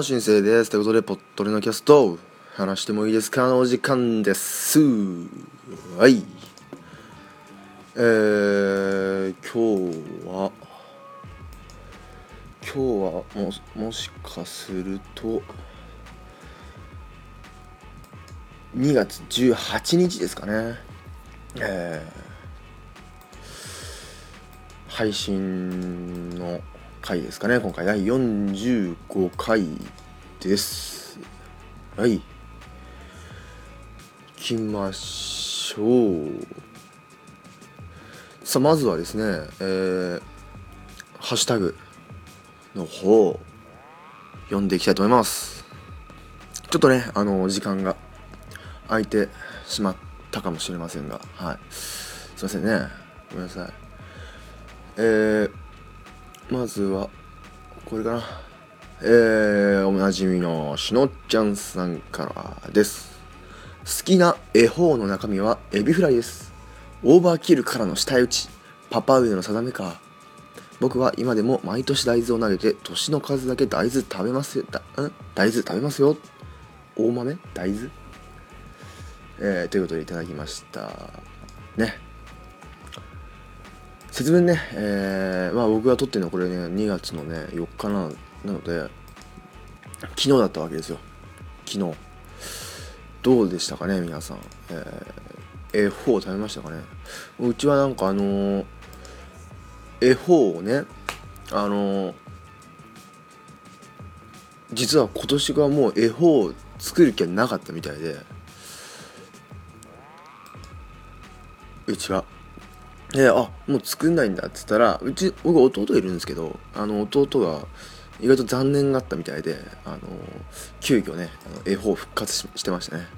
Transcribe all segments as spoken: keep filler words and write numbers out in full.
もしんせいです。ということでポットレのキャスト話してもいいですかのお時間です。はいえー、今日は今日はももしかするとにがつじゅうはちにちですかね。えー、配信の回ですかね。今回だいよんじゅうごかいです。はい行きましょう。さあまずはですね、えー、ハッシュタグの方を読んでいきたいと思います。ちょっとねあの時間が空いてしまったかもしれませんが、はいすいませんね、ごめんなさい。えー、まずはこれかな。えー、おなじみのしのちゃんさんからです。好きな恵方の中身はエビフライです。オーバーキルからの下打ち、パパ上の定めか。僕は今でも毎年大豆を投げて年の数だけ大豆食べますよ。だん大豆食べますよ。大豆大豆、えー、ということでいただきましたね。節分ね、えー、まあ僕が撮ってるのはこれねにがつのねよっかななので昨日だったわけですよ。昨日どうでしたかね皆さん。えー、恵方食べましたかね。うちはなんかあのー、恵方をねあのー、実は今年がもう恵方を作る気はなかったみたいで、うちはで、あもう作んないんだっつったら、うち僕弟いるんですけど、あの弟が意外と残念があったみたいで、あの急遽ねあの恵方復活 し, してましたね。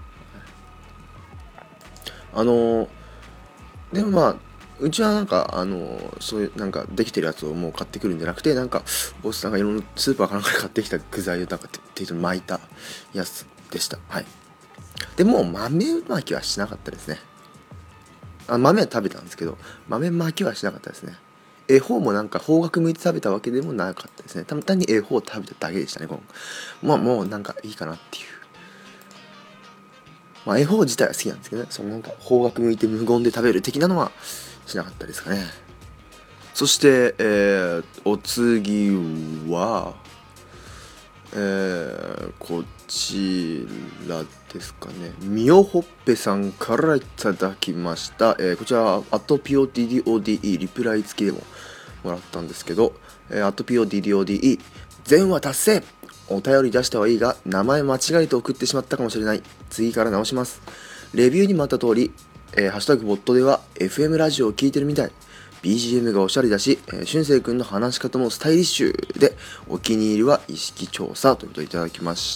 あのでもまあうちはなんかあのそういうなんかできてるやつをもう買ってくるんじゃなくて、なんかボスさんがいろんなスーパーかなんかで買ってきた具材をなんか適当に巻いたやつでした。はい。でも豆巻きはしなかったですね。あ豆は食べたんですけど豆巻きはしなかったですね。恵方もなんか方角向いて食べたわけでもなかったですね。単に恵方を食べただけでしたね。まあもうなんかいいかなっていう。まあ恵方自体は好きなんですけどね、そのなんか方角向いて無言で食べる的なのはしなかったですかね。そして、えー、お次は、えー、こちらですかね。みおほっぺさんからいただきました。えー、こちら、アット ピーオーディーディーオーディーイー リプライ付きでももらったんですけど、えー、アット ピーオーディーディーオーディーイー 全話達成。お便り出したはいいが、名前間違えて送ってしまったかもしれない。次から直します。レビューにもあった通り、えー、ハッシュタグボットでは エフエム ラジオを聞いてるみたい。ビージーエム がおしゃれだし、えー、しゅんせいくんの話し方もスタイリッシュで、お気に入りは意識調査ということでいただきました。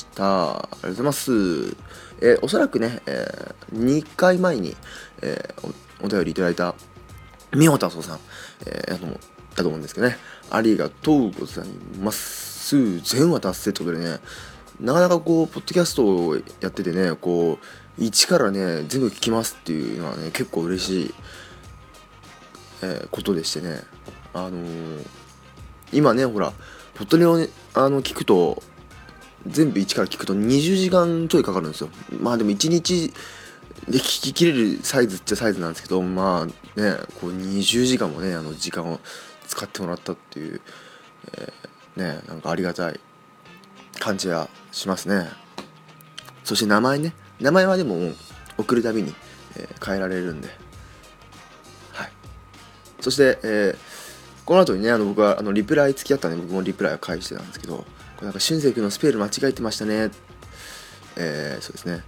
ありがとうございます。えー、おそらくね、えー、にかいまえに、えー、お, お便りいただいたみほたそうさん、えー、だと思だと思うんですけどね。ありがとうございます。全話達成ということでね、なかなかこう、ポッドキャストをやっててね、こう、一からね、全部聞きますっていうのはね、結構嬉しい、えー、ことでしてね。あのー、今ね、ほら、ポッドキャストを、ね、あの聞くと、全部一から聞くとにじゅうじかんちょいかかるんですよ。まあでもいちにちで聞ききれるサイズっちゃサイズなんですけど、まあね、こうにじゅうじかんもね、あの時間を使ってもらったっていう、えー、ね、なんかありがたい感じはしますね。そして名前ね、名前はでも送るたびに、えー、変えられるんで、はい。そして、えー、この後にね、あの僕はあのリプライ付き合ったんで、僕もリプライを返してたんですけど、これなんかしゅんせい君のスペル間違えてましたね。えー、そうですね。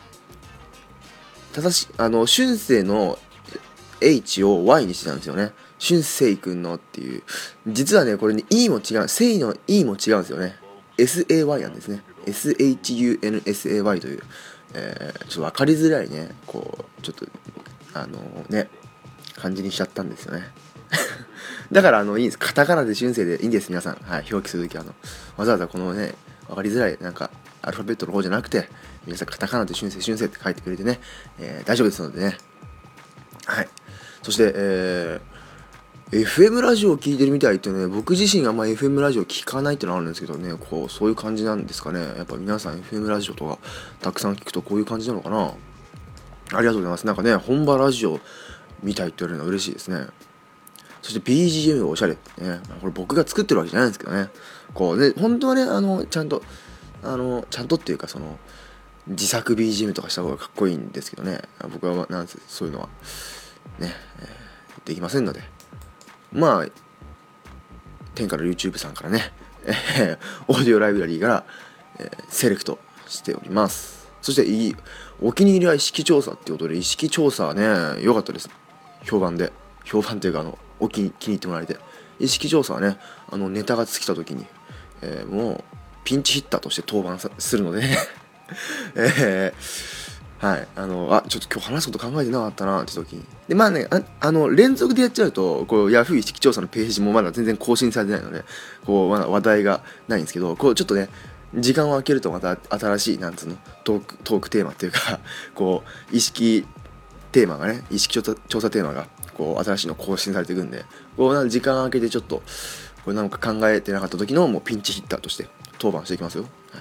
正しあのしゅんせいの H を Y にしてたんですよね。しゅんせいくんのっていう。実はねこれね E も違う、せいの E も違うんですよね。 エスエーワイ なんですね。 エスエイチユーエヌエスエーワイ という、えー、ちょっと分かりづらいねこうちょっとあのね感じにしちゃったんですよねだからあのいいんです、カタカナでしゅんせいでいいんです。皆さん、はい、表記するときはあのわざわざこのね分かりづらいなんかアルファベットの方じゃなくて、皆さんカタカナでしゅんせいしゅんせいって書いてくれてね、えー、大丈夫ですのでね。はい。そして、えエフエム ラジオを聞いてるみたいってね、僕自身あんま エフエム ラジオ聞かないってのはあるんですけどね、こうそういう感じなんですかね。やっぱ皆さん エフエム ラジオとかたくさん聞くとこういう感じなのかな。ありがとうございます。なんかね、本場ラジオみたいって言われるのは嬉しいですね。そして ビージーエム がおしゃれってね、これ僕が作ってるわけじゃないんですけどね、こうね、本当はね、あのちゃんとあのちゃんとっていうか、その自作 ビージーエム とかした方がかっこいいんですけどね、僕はなんせそういうのはね、えー、できませんので、まあ天から YouTube さんからね、えー、オーディオライブラリーから、えー、セレクトしております。そしていいお気に入りは意識調査っていうことで、意識調査はね良かったです。評判で評判っていうか、あのお気に気に入ってもらえて、意識調査はね、あのネタが尽きた時に、えー、もうピンチヒッターとして登板するのでえー、はい、あのあちょっと今日話すこと考えてなかったなって時に、でまあね、ああの連続でやっちゃうと、こうヤフー意識調査のページもまだ全然更新されてないので、こうまだ話題がないんですけど、こうちょっとね時間を空けるとまた新しいなんつうのトークトークテーマっていうかこう意識テーマがね、意識調査調査テーマがこう新しいの更新されていくんで、こうなんか時間空けてちょっとこれなんか考えてなかった時のもうピンチヒッターとして登板していきますよ。はい、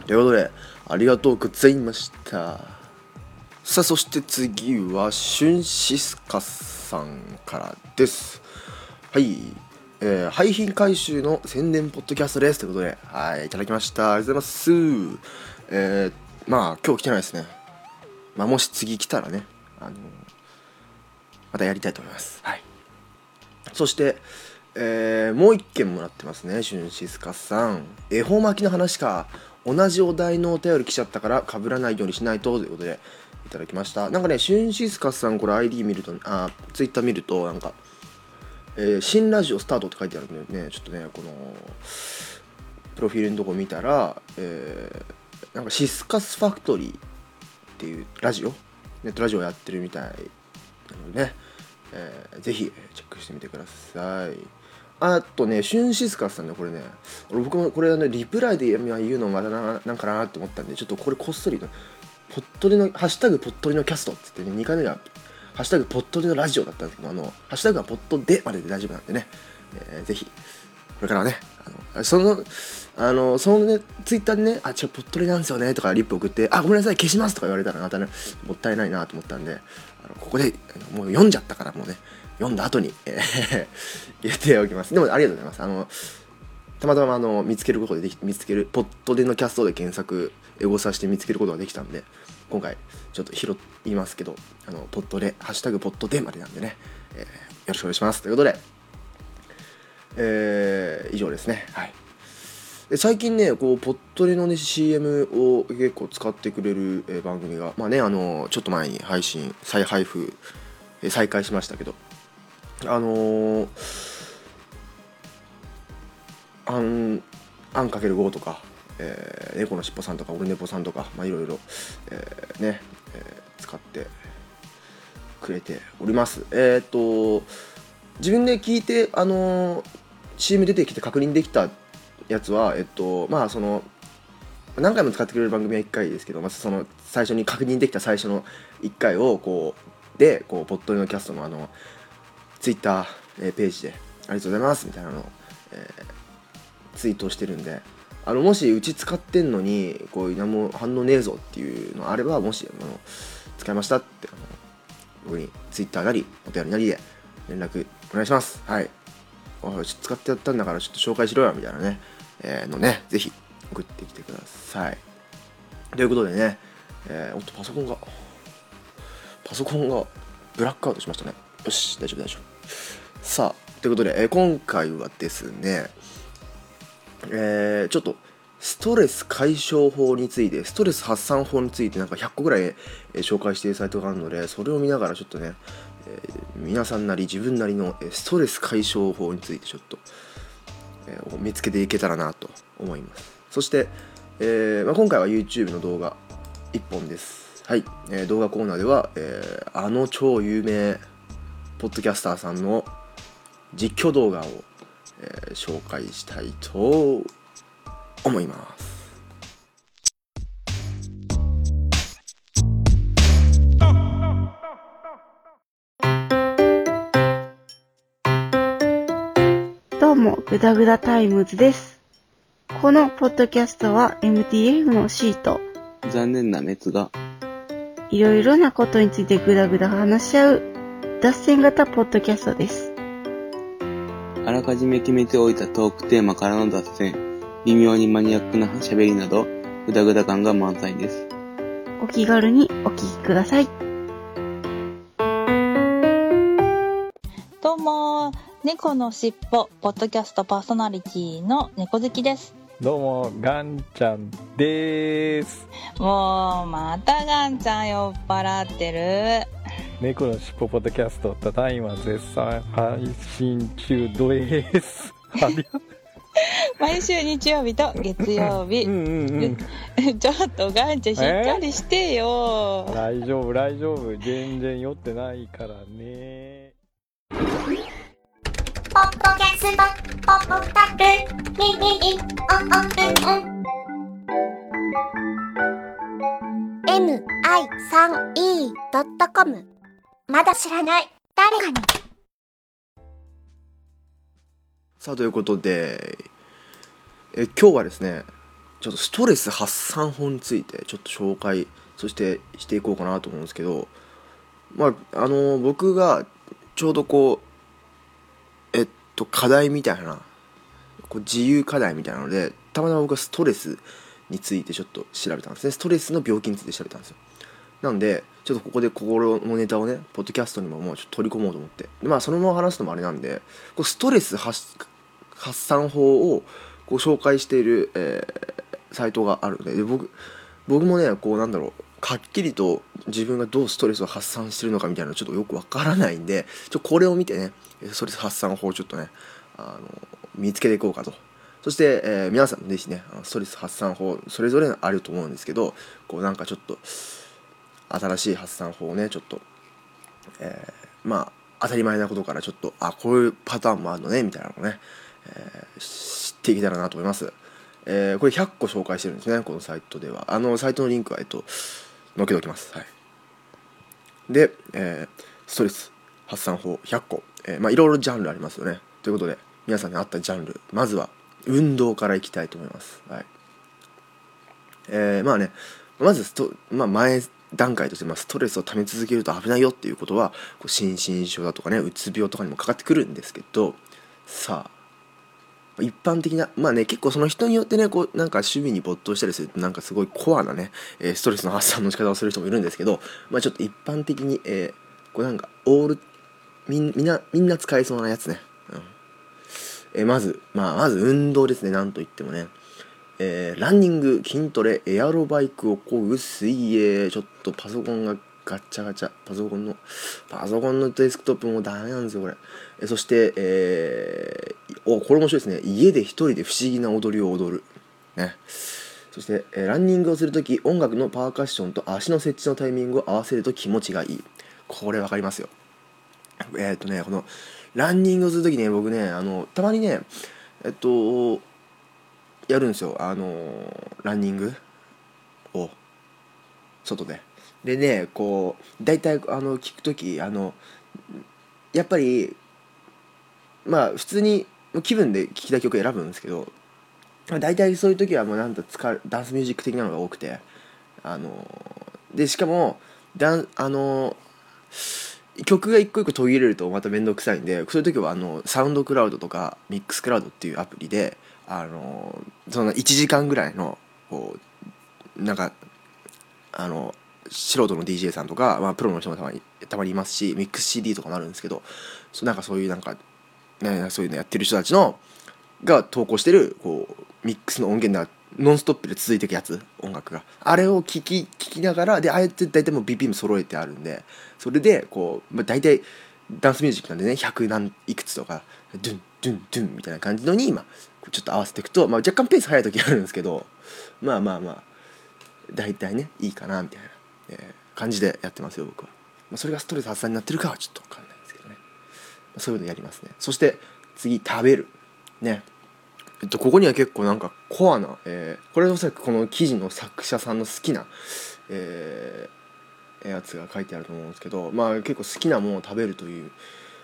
ということでありがとうございました。さあそして次はシュンシスカさんからです。はい、えー、廃品回収の宣伝ポッドキャストですということで、はい、いただきました。ありがとうございます。えー、まあ今日来てないですね。まあもし次来たらね、あのー、またやりたいと思います。はい。そして、えー、もう一件もらってますね、シュンシスカさん。恵方巻きの話か。同じお題のお便り来ちゃったから被らないようにしないとということでいただきました。なんかね、シュンシスカさん、これ アイディー 見ると、あ、ツイッター見ると、なんか、えー、新ラジオスタートって書いてあるんでね、ちょっとね、この、プロフィールのとこ見たら、えー、なんかシスカスファクトリーっていうラジオ、ネットラジオやってるみたいなのでね、えー、ぜひチェックしてみてください。あとね、シュンシスカスさんね、これね、僕もこれあのリプライで言うのまだな、なんかなって思ったんで、ちょっとこれこっそり、ポットリの、ハッシュタグポットリのキャストって言ってね、にかいめが、ハッシュタグポットリのラジオだったんですけど、あの、ハッシュタグはポットでまでで大丈夫なんでね、えー、ぜひ、これからはね、あの、その、あの、そのね、ツイッターでね、あ、違う、ポットリなんですよね、とかリップ送って、あ、ごめんなさい、消しますとか言われたらまたね、もったいないなと思ったんで、あのここで、もう読んじゃったから、もうね、読んだ後に、えー、言っておきます。でもありがとうございます。あのたまたまあの見つけることででき見つけるポットでのキャストで検索エゴさして見つけることができたんで、今回ちょっと拾いますけど、あのポットでハッシュタグポットでまでなんでね、えー、よろしくお願いしますということで、えー、以上ですね。はい。で最近ね、こうポットでのね シーエム を結構使ってくれる、えー、番組がまあね、あのちょっと前に配信再配布、えー、再開しましたけど、あのー、アンアンかけるごとか、えー、猫のしっぽさんとかオルネポさんとか、まあいろいろ、えー、ね、えー、使ってくれております。えっ、ー、と自分で聞いて、あのー、シーエム 出てきて確認できたやつは、えっとまあその何回も使ってくれる番組はいっかいですけど、まずその最初に確認できた最初のいっかいをこうでこうポットリのキャストのあのツイッター、えー、ページでありがとうございますみたいなのを、えー、ツイートしてるんで、あのもしうち使ってんのにこう何も反応ねえぞっていうのあれば、もしあの使いましたってあの僕にツイッターなりお便りなりで連絡お願いします。はい。おいちょっと使ってやったんだからちょっと紹介しろよみたいなね、えー、のね、ぜひ送ってきてください。ということでね、えー、おっとパソコンがパソコンがブラックアウトしましたね。よし、大丈夫大丈夫。さあということで、えー、今回はですね、えー、ちょっとストレス解消法について、ストレス発散法についてなんかひゃっこぐらい、えー、紹介しているサイトがあるので、それを見ながらちょっとね、えー、皆さんなり自分なりのストレス解消法についてちょっと、えー、見つけていけたらなと思います。そして、えーまあ、今回は YouTube の動画いっぽんです。はい、えー、動画コーナーでは、えー、あの超有名ポッドキャスターさんの実況動画を、えー、紹介したいと思います。 どうも、グダグダタイムズです。このポッドキャストは エムティーエフ のシート、 残念な滅がいろいろなことについてグダグダ話し合う脱線型ポッドキャストです。 あらかじめ決めておいたトークテーマからの脱線、微妙にマニアックな喋りなど、グダグダ感が満載です。 お気軽にお聞きください。 どうも、猫のしっぽポッドキャストパーソナリティの猫好きです。 どうもガンちゃんです。 もうまたガンちゃん酔っ払ってる。 猫のしっぽポッドキャストただいま絶賛配信中です。 毎週日曜日と月曜日。うんうんうん、ちょっとガンちゃんしっかりしてよ。 大丈夫大丈夫、全然酔ってないからね。 ポッドキャストポッドタクミミミオンオンルン エムアイスリーイードットコム まだ知らない誰かに。 さあということでえ今日はですね、ちょっとストレス発散法についてちょっと紹介そしてしていこうかなと思うんですけど、まああの僕がちょうどこうえっと課題みたいなこう自由課題みたいなので、たまたま僕はストレスについてちょっと調べたんですね。ストレスの病気について調べたんですよ。なのでちょっとここで心のネタをねポッドキャストにももうちょっと取り込もうと思って、でまあそのまま話すのもあれなんで、こうストレス発発散法をこう紹介している、えー、サイトがあるので、で僕僕もねこうなんだろうはっきりと自分がどうストレスを発散してるのかみたいなのちょっとよくわからないんで、ちょこれを見てねストレス発散法をちょっとねあの見つけていこうかと。そして、えー、皆さんもぜひねストレス発散法それぞれあると思うんですけど、こうなんかちょっと新しい発散法をねちょっと、えー、まあ当たり前なことからちょっとあこういうパターンもあるのねみたいなのをね、えー、知っていけたらなと思います。えー、これひゃっこ紹介してるんですね、このサイトでは。あのサイトのリンクはえっと載っけておきます。はい。で、えー、ストレス発散法ひゃっこ、えー、まあいろいろジャンルありますよね。ということで皆さんに合ったジャンル、まずは運動からいきたいと思います。はい。えー、まあねまずスト、まあ、前段階として、まあ、ストレスを溜め続けると危ないよっていうことはこう心身症だとかねうつ病とかにもかかってくるんですけど、さあ一般的なまあね結構その人によってねこうなんか趣味に没頭したりするとなんかすごいコアなね、えー、ストレスの発散の仕方をする人もいるんですけど、まあちょっと一般的に、えー、こうなんかオールみんみんなみんな使えそうなやつね、うんえー、まずまあまず運動ですね。なんといってもね、えー、ランニング、筋トレ、エアロバイクを漕ぐ、水泳、ちょっとパソコンがガッチャガチャ、パソコンのパソコンのデスクトップもダメなんですよこれ。えそして、えー、おこれ面白いですね。家で一人で不思議な踊りを踊る、ね。そして、えー、ランニングをするとき音楽のパーカッションと足の設置のタイミングを合わせると気持ちがいい。これわかりますよ。えー、っとねこのランニングをするときね僕ねあのたまにねえっとやるんですよ、あのー、ランニングを外で。でねこう大体あの聞くときあのやっぱりまあ普通に気分で聴きたい曲選ぶんですけど、大体そういう時はもうなんと使うダンスミュージック的なのが多くて、あのー、でしかもダンあのー、曲が一個一個途切れるとまた面倒くさいんで、そういう時はあのサウンドクラウドとかミックスクラウドっていうアプリであのー、そのいちじかんぐらいのこうなんかあの素人の ディージェー さんとか、まあ、プロの人もたまにたまにいますし、ミックス シーディー とかもあるんですけど、そなんかそういうなんか、ね、そういうのやってる人たちのが投稿してるこうミックスの音源がノンストップで続いていくやつ、音楽があれを聴き聞きながらで、あえて大体もう ビーピーエム 揃えてあるんで、それでこう、まあ、大体ダンスミュージックなんでねひゃく何いくつとかドゥンドゥンドゥンみたいな感じのに今ちょっと合わせていくと、まあ、若干ペース速い時あるんですけど、まあまあまあ大体ねいいかなみたいな、えー、感じでやってますよ僕は。まあ、それがストレス発散になってるかはちょっと分かんないですけどね、まあ、そういうのやりますね。そして次食べるね。えっとここには結構なんかコアな、えー、これおそらくこの記事の作者さんの好きな、えー、やつが書いてあると思うんですけど、まあ結構好きなものを食べるという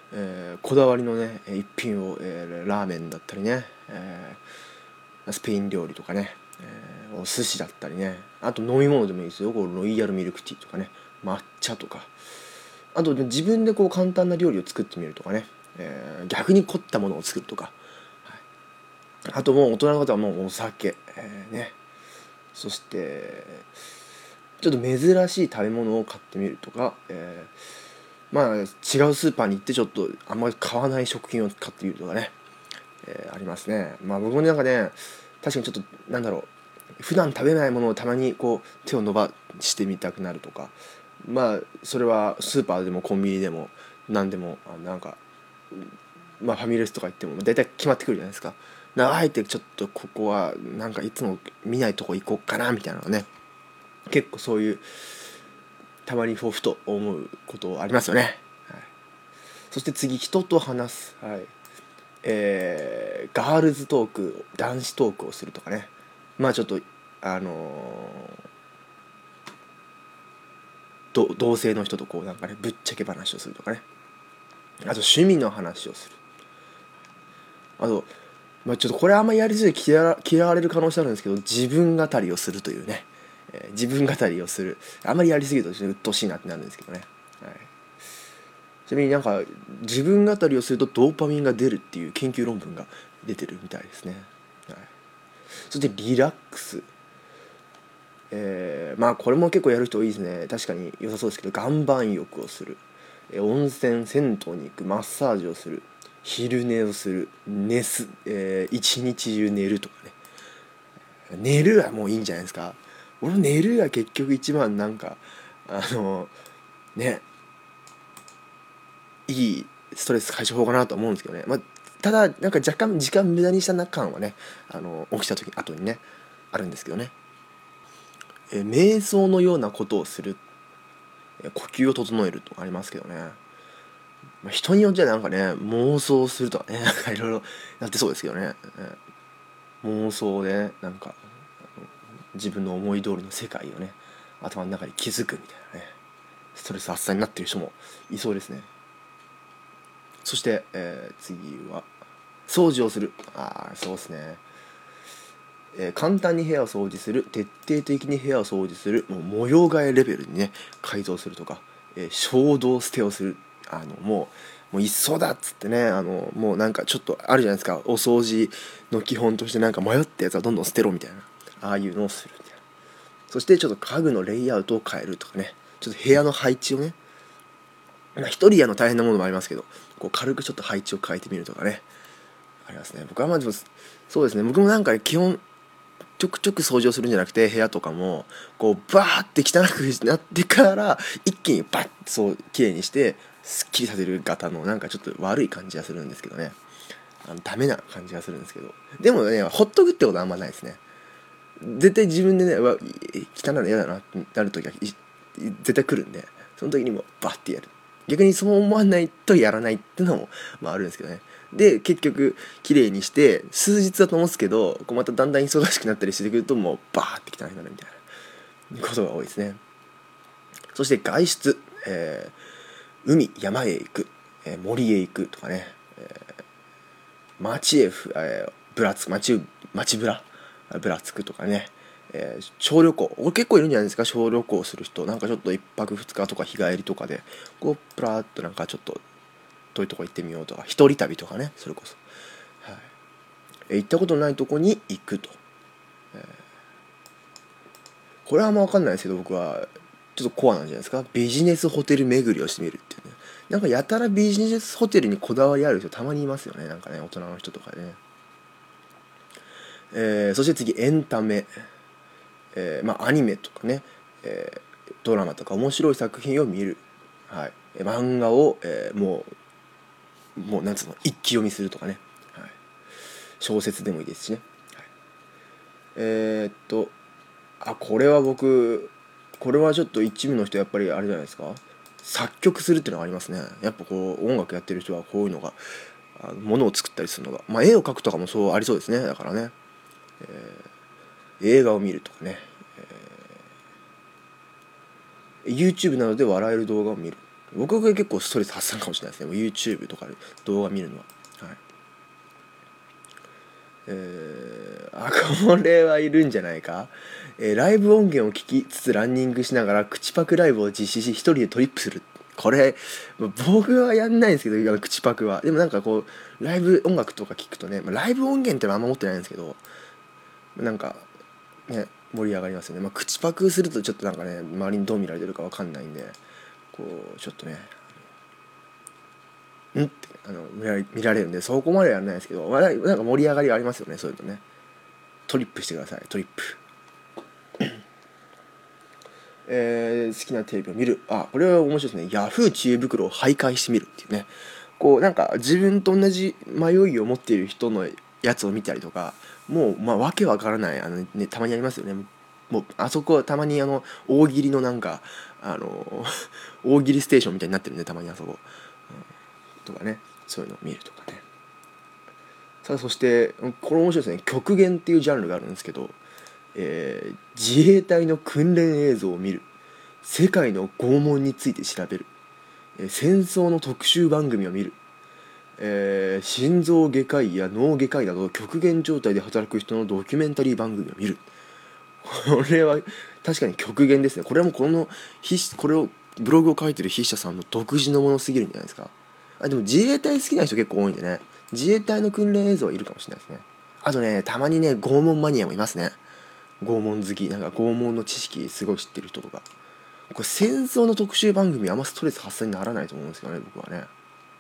えーこだわりのね一品を、えーラーメンだったりね、えースペイン料理とかね、えーお寿司だったりね、あと飲み物でもいいですよ。こうロイヤルミルクティーとかね、抹茶とか、あと自分でこう簡単な料理を作ってみるとかね、えー逆に凝ったものを作るとか、はい、あともう大人の方はもうお酒、えーね、そしてちょっと珍しい食べ物を買ってみるとか、えーまあ違うスーパーに行ってちょっとあんまり買わない食品を買ってみるとかね、えーありますね。まあ僕もなんかね、確かにちょっとなんだろう、普段食べないものをたまにこう手を伸ばしてみたくなるとか、まあそれはスーパーでもコンビニでも何でも、あなんかまあファミレスとか行っても大体決まってくるじゃないですか。なあえてちょっとここはなんかいつも見ないとこ行こうかなみたいなのね、結構そういうたまにふふと思うことありますよね。はい、そして次、人と話す、はいえー、ガールズトーク、男子トークをするとかね、まあちょっとあのー、同性の人とこうなんかねぶっちゃけ話をするとかね、あと趣味の話をする、あと、まあ、ちょっとこれあんまりやりすぎて嫌わ嫌われる可能性あるんですけど、自分語りをするというね、えー、自分語りをする、あんまりやりすぎるとうっとうしいなってなるんですけどね、はい、ちなみになんか自分語りをするとドーパミンが出るっていう研究論文が出てるみたいですね、はい、そしてリラックス、えー、まあこれも結構やる人多いですね。確かに良さそうですけど、岩盤浴をする、えー、温泉銭湯に行く、マッサージをする、昼寝をする、寝す、えー、一日中寝るとかね。寝るはもういいんじゃないですか。俺も寝るが結局一番なんかあのねいいストレス解消法かなと思うんですけどね。まあ、ただなんか若干時間無駄にした感はね、あの起きた時後にねあるんですけどね。えー、瞑想のようなことをする、えー、呼吸を整えるとかありますけどね。まあ、人によってはなんかね妄想するとかね、なんかいろいろやってそうですけどね、えー、妄想で、ね、なんか自分の思い通りの世界をね頭の中に築くみたいなね、ストレス発散になっている人もいそうですね。そして、えー、次は掃除をする。ああそうですね、えー、簡単に部屋を掃除する、徹底的に部屋を掃除する、もう模様替えレベルにね改造するとか、えー、衝動捨てをする。あのもうもういっそだっつってね、あのもうなんかちょっとあるじゃないですか、お掃除の基本としてなんか迷ったやつはどんどん捨てろみたいな、ああいうのをするみたいな。そしてちょっと家具のレイアウトを変えるとかね、ちょっと部屋の配置をね、まあ一人やの大変なものもありますけど、こう軽くちょっと配置を変えてみるとかね、ありますね。僕はまあそうですね、僕もなんか、ね、基本ちょくちょく掃除をするんじゃなくて、部屋とかもこうバーって汚くなってから一気にバッとそう綺麗にしてすっきりさせる型の、なんかちょっと悪い感じがするんですけどね、あのダメな感じがするんですけど、でもねほっとくってことはあんまないですね。絶対自分でね、うわ汚いの嫌だなってなるときは絶対来るんで、その時にもバッてやる。逆にそう思わないとやらないっていうのも、まあ、あるんですけどね。で結局綺麗にして数日だと思うんですけど、こうまただんだん忙しくなったりしてくるともうバーって汚くなるみたいなことが多いですね。そして外出、えー、海山へ行く、えー、森へ行くとかね、えー、街へ、えー、ぶらつく街街ぶらぶらつくとかね、えー、小旅行、これ結構いるんじゃないですか、小旅行する人。なんかちょっといっぱくふつかとか日帰りとかでこうプラーっとなんかちょっと遠いとこ行ってみようとか、一人旅とかね、それこそ、はい、えー、行ったことないとこに行くと、えー、これはあんま分かんないですけど、僕はちょっとコアなんじゃないですか。ビジネスホテル巡りをしてみるっていうね。なんかやたらビジネスホテルにこだわりある人たまにいますよね、なんかね、大人の人とかでね。えー、そして次エンタメ、えー、まあアニメとかね、えー、ドラマとか面白い作品を見る、はい、漫画を、えー、もうもうなんつうの一気読みするとかね、はい、小説でもいいですしね、はい、えー、っとあこれは僕これはちょっと一部の人やっぱりあれじゃないですか、作曲するっていうのがありますね。やっぱこう音楽やってる人はこういうのが、あの物を作ったりするのが、まあ絵を描くとかもそうありそうですね。だからね、えー、映画を見るとかね、えー、YouTube などで笑える動画を見る、 僕が結構ストレス発散かもしれないですね。YouTube とかで動画見るのは。はい。えー、あ、これはいるんじゃないか。えー、ライブ音源を聞きつつランニングしながら口パクライブを実施し一人でトリップする。これ僕はやんないんですけど、口パクは。でもなんかこうライブ音楽とか聞くとね、まあ、ライブ音源ってのはあんま持ってないんですけど、なんかね盛り上がりますよね。まあ、口パクするとちょっとなんかね周りにどう見られてるかわかんないんで、こうちょっとねんってあの見られ、見られるんで、そこまではやらないですけど、まあ、なんか盛り上がりはありますよね。そういうのね。トリップしてください。トリップ。えー、好きなテレビを見る。あ、これは面白いですね。ヤフー知恵袋を徘徊してみるっていうね。こうなんか自分と同じ迷いを持っている人のやつを見たりとか、もうまあわけわからないあの、ね、たまにありますよね。もうあそこはたまにあの大喜利のなんかあの大喜利ステーションみたいになってるんで、たまにあそこ、うん、とかね、そういうのを見るとかね。さあそしてこれ面白いですね。極限っていうジャンルがあるんですけど、えー、自衛隊の訓練映像を見る、世界の拷問について調べる、えー、戦争の特集番組を見る、えー、心臓外科医や脳外科医など極限状態で働く人のドキュメンタリー番組を見る。これは確かに極限ですね。これはもうこのこれをブログを書いてる筆者さんの独自のものすぎるんじゃないですか。あ、でも自衛隊好きな人結構多いんでね、自衛隊の訓練映像はいるかもしれないですね。あとね、たまにね拷問マニアもいますね。拷問好き、なんか拷問の知識すごい知ってる人とか。これ戦争の特集番組あんまストレス発散にならないと思うんですよね、僕はね。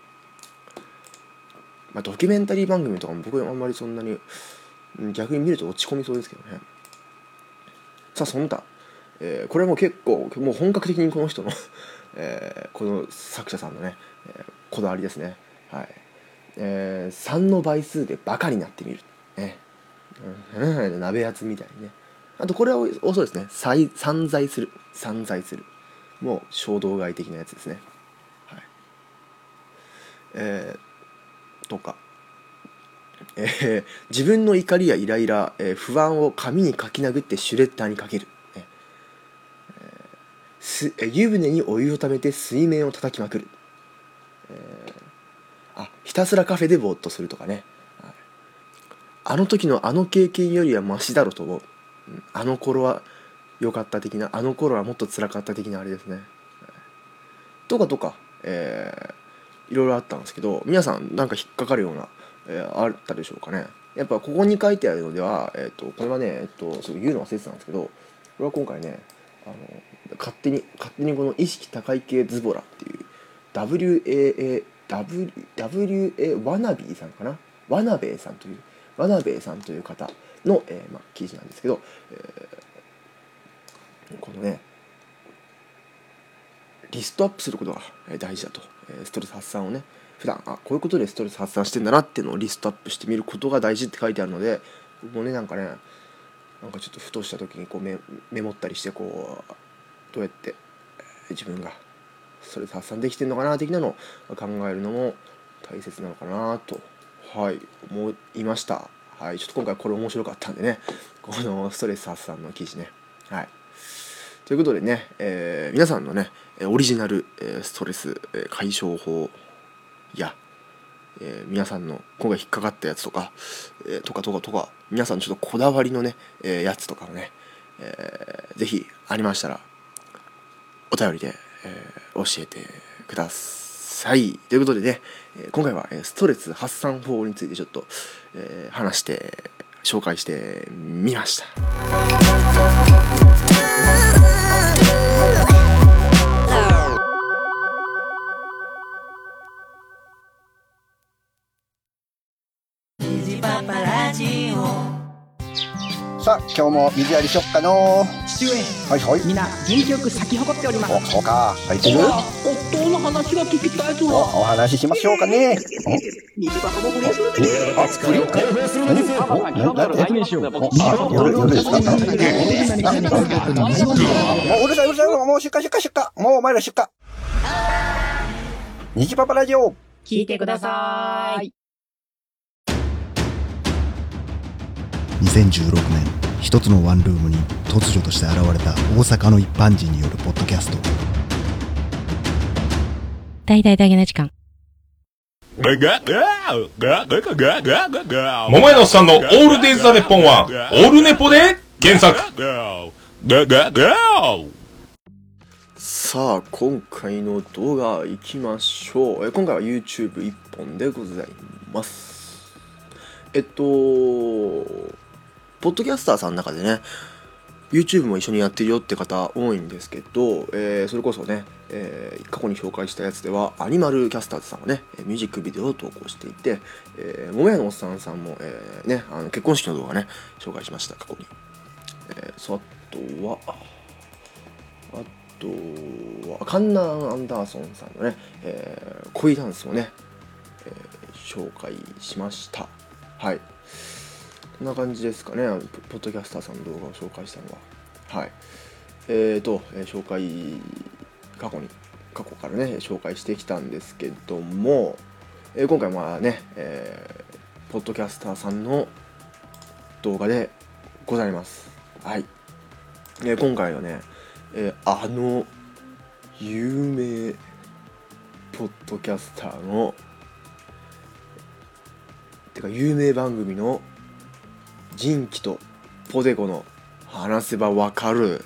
まあドキュメンタリー番組とかも僕はあんまりそんなに逆に見ると落ち込みそうですけどね。さあその他、えー、これはもう結構もう本格的にこの人の、えー、この作者さんのね、えー、こだわりですね。はい。えー、さんの倍数でバカになってみる。ね。うん、鍋やつみたいにね。あとこれは多そうですね。散財する。散財する。もう衝動買い的なやつですね。はい。えー、とか。えー、自分の怒りやイライラ、えー、不安を紙に書き殴ってシュレッダーにかける。ねえー、すえー、湯船にお湯をためて水面を叩きまくる。えー、あ、ひたすらカフェでぼーっとするとかね。はい、あの時のあの経験よりはマシだろと思う。あの頃は良かった的な、あの頃はもっと辛かった的なあれですね。とかとか、えー、いろいろあったんですけど、皆さんなんか引っかかるような、えー、あったでしょうかね。やっぱここに書いてあるのでは、えー、とこれはね、えっとそう言うの忘れてたんですけど、これは今回ね、あの勝手に勝手にこの意識高い系ズボラっていう ダブリューエーエー ダブリュー ダブリューエー ワナビーさんかな、ワナベイさんというワナベイさんという方の、えーまあ、記事なんですけど、えー、このねリストアップすることが大事だと、えー、ストレス発散をね、普段あこういうことでストレス発散してんだなっていうのをリストアップしてみることが大事って書いてあるので、僕もねなんかねなんかちょっとふとした時にこう メ, メモったりして、こうどうやって自分がストレス発散できてるのかな的なのを考えるのも大切なのかなと、はい思いました。はい、ちょっと今回これ面白かったんでね、このストレス発散の記事ね。はい。ということでね、えー、皆さんのねオリジナルストレス解消法や、えー、皆さんの今回引っかかったやつとか、えー、とかとかとか皆さんちょっとこだわりのね、えー、やつとかもね、えー、ぜひありましたらお便りで、えー、教えてください。ということでね、えー、今回はストレス発散法についてちょっと、えー、話して紹介してみました。 さあ今日も水やりしよっかの。 父上、 はいはい、 みんな元気よく咲き誇っております。 お、そうか、咲いてる。 夫の話が聞きたいぞ。 お、お話ししましょうかね。 水場ほぼほぼするであ、不良解放するんですよ。何あ、夜、夜ですか。もううるさいうるさい、もう出荷出荷出荷、もうお前ら出荷。虹パパラジオ聞いてください。 にせんじゅうろくねん、一つのワンルームに突如として現れた大阪の一般人によるポッドキャスト。 大々だけな時間。 桃屋のおっさんのオールデイズ・ザ・ネッポンはオールネポで検索。 さあ今回の動画いきましょう。え今回は YouTube 一本でございます。えっとポッドキャスターさんの中でね YouTube も一緒にやってるよって方多いんですけど、えー、それこそね、えー、過去に紹介したやつではアニマルキャスターズさんがねミュージックビデオを投稿していて、えー、桃屋のおっさんさんも、えーね、あの結婚式の動画ね紹介しました過去に。えー、そうあとはあとはカンナン・アンダーソンさんのね、えー、恋ダンスをね、えー、紹介しました。はい。こんな感じですかね、ポッドキャスターさんの動画を紹介したのは。はい。えーと、えー、紹介、過去に、過去からね、紹介してきたんですけども、えー、今回はね、えー、ポッドキャスターさんの動画でございます。はい。えー、今回はね、えー、あの有名ポッドキャスターのてか有名番組のジンキとポテコの話せばわかる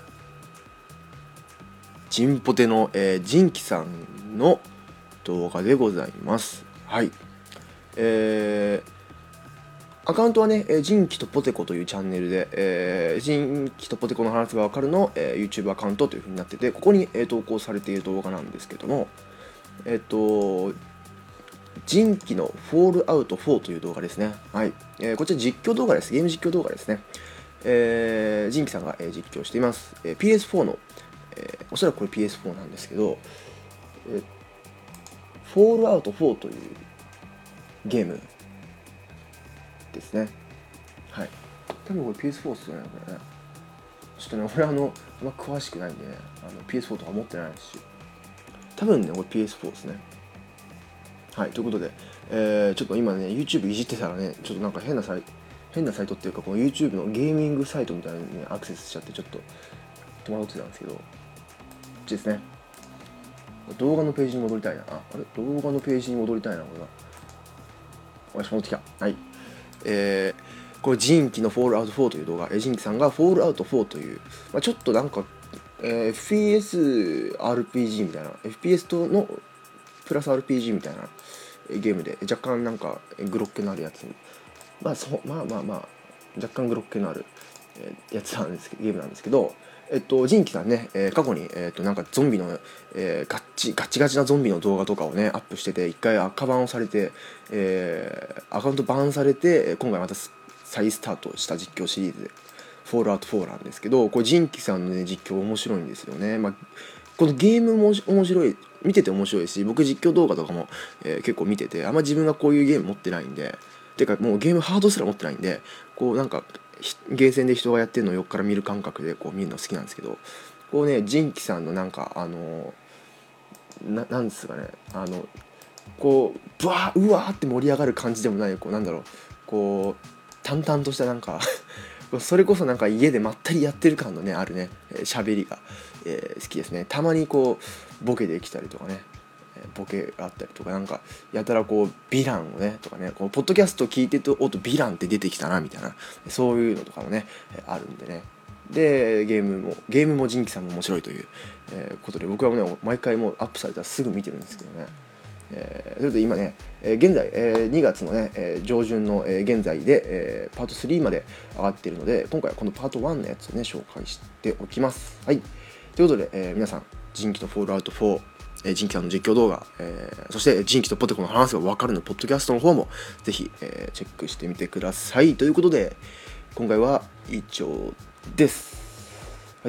ジンポテの、えー、ジンキさんの動画でございます。はい。えーアカウントはね、ジンキとポテコというチャンネルで、えー、ジンキとポテコの話せばわかるの、えー、YouTube アカウントという風になってて、ここに、えー、投稿されている動画なんですけども、えっ、と、ジンキのフォールアウトフォーという動画ですね。はい。えー、こちら実況動画です。ゲーム実況動画ですね。えー、ジンキさんが、えー、実況しています。えー、ピーエスフォー の、えー、おそらくこれ ピーエスフォー なんですけど、えー、フォールアウトフォーというゲームですね。はい。多分これ ピーエスフォー っすよね、これね。ちょっとね、俺あの、あんま詳しくないんでね、あの ピーエスフォー とか持ってないし、多分ね、これ ピーエスフォー ですね。はい、ということで、えー、ちょっと今ね、YouTube いじってたらね、ちょっとなんか変なサイト、変なサイトっていうか、この YouTube のゲーミングサイトみたいなのに、ね、アクセスしちゃって、ちょっと戸惑ってたんですけど、こっちですね。動画のページに戻りたいな。あ、あれ動画のページに戻りたいな、これは。よし、戻ってきた。はい。えー、これジンキのフォールアウトフォーという動画、ジンキさんがフォールアウトフォーという、まあ、ちょっとなんか、えー、エフピーエス アールピージー みたいな エフピーエス とのプラス アールピージー みたいなゲームで若干なんかグロッケのあるやつ、まあそまあまあまあ若干グロッケのあるやつなんですけど、ゲームなんですけど、えっとジンキさんね、えー、過去にえっとなんかゾンビの、えー、ガッチガチガチなゾンビの動画とかをねアップしてて、一回赤バンをされて、えー、アカウントバンされて、今回また再スタートした実況シリーズでフォールアウトフォーなんですけど、これジンキさんのね実況面白いんですよね。まあこのゲームも面白い、見てて面白いし、僕実況動画とかも、えー、結構見てて、あんま自分がこういうゲーム持ってないんで、てかもうゲームハードすら持ってないんで、こうなんかゲーセンで人がやってるのを横から見る感覚でこう見るの好きなんですけど、こうねジンキさんのなんかあのななんですかね、あのこうブワーうわーって盛り上がる感じでもない、こうなんだろう、こう淡々としたなんかそれこそなんか家でまったりやってる感のねあるね喋りが、えー、好きですね。たまにこうボケできたりとかね、ボケがあったりとか、なんかやたらこうヴィランをねとかね、こうポッドキャスト聞いてるとおっとヴィランって出てきたなみたいな、そういうのとかもねあるんでね。でゲームもゲームもジンキさんも面白いという、えー、ことで、僕はね毎回もうアップされたらすぐ見てるんですけどね。えー、それで今ね、えー、現在、えー、にがつのね、えー、上旬の、えー、現在で、えー、パートスリーまで上がっているので、今回はこのパートワンのやつをね紹介しておきます。はい。ということで、えー、皆さんジンキとフォールアウトフォー、えー、ジンキさんの実況動画、えー、そしてジンキとポテコの話せば分かるのポッドキャストの方もぜひ、えー、チェックしてみてください。ということで今回は以上です。はい。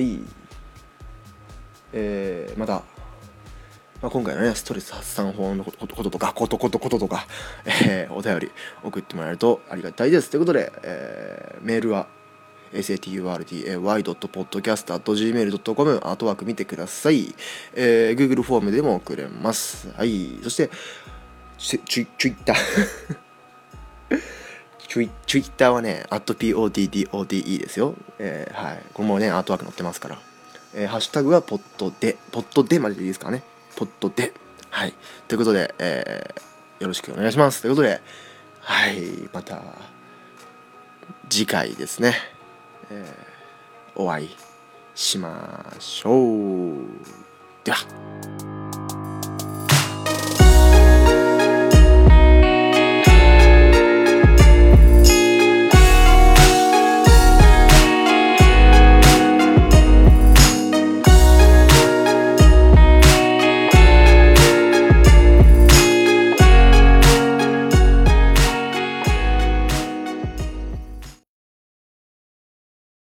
えー、またまあ、今回のねストレス発散法のことこととかことことこととか、えー、お便り送ってもらえるとありがたいです。ということで、えー、メールは エスエーティーユーアールティーエーワイドットポッドキャストアットジーメールドットコム アートワーク見てください。えー、Google フォームでも送れます。はい。そしてチュチュイッターチュイチュイッターはね アットピーオーディーディーオーディーイー ですよ。えー、はい。これもねアートワーク載ってますから、えー、ハッシュタグはポッドでポッドでまででいいですからね。ポッドではい。ということで、えー、よろしくお願いします。ということで、はい。また、次回ですね、えー、お会いしましょう。では。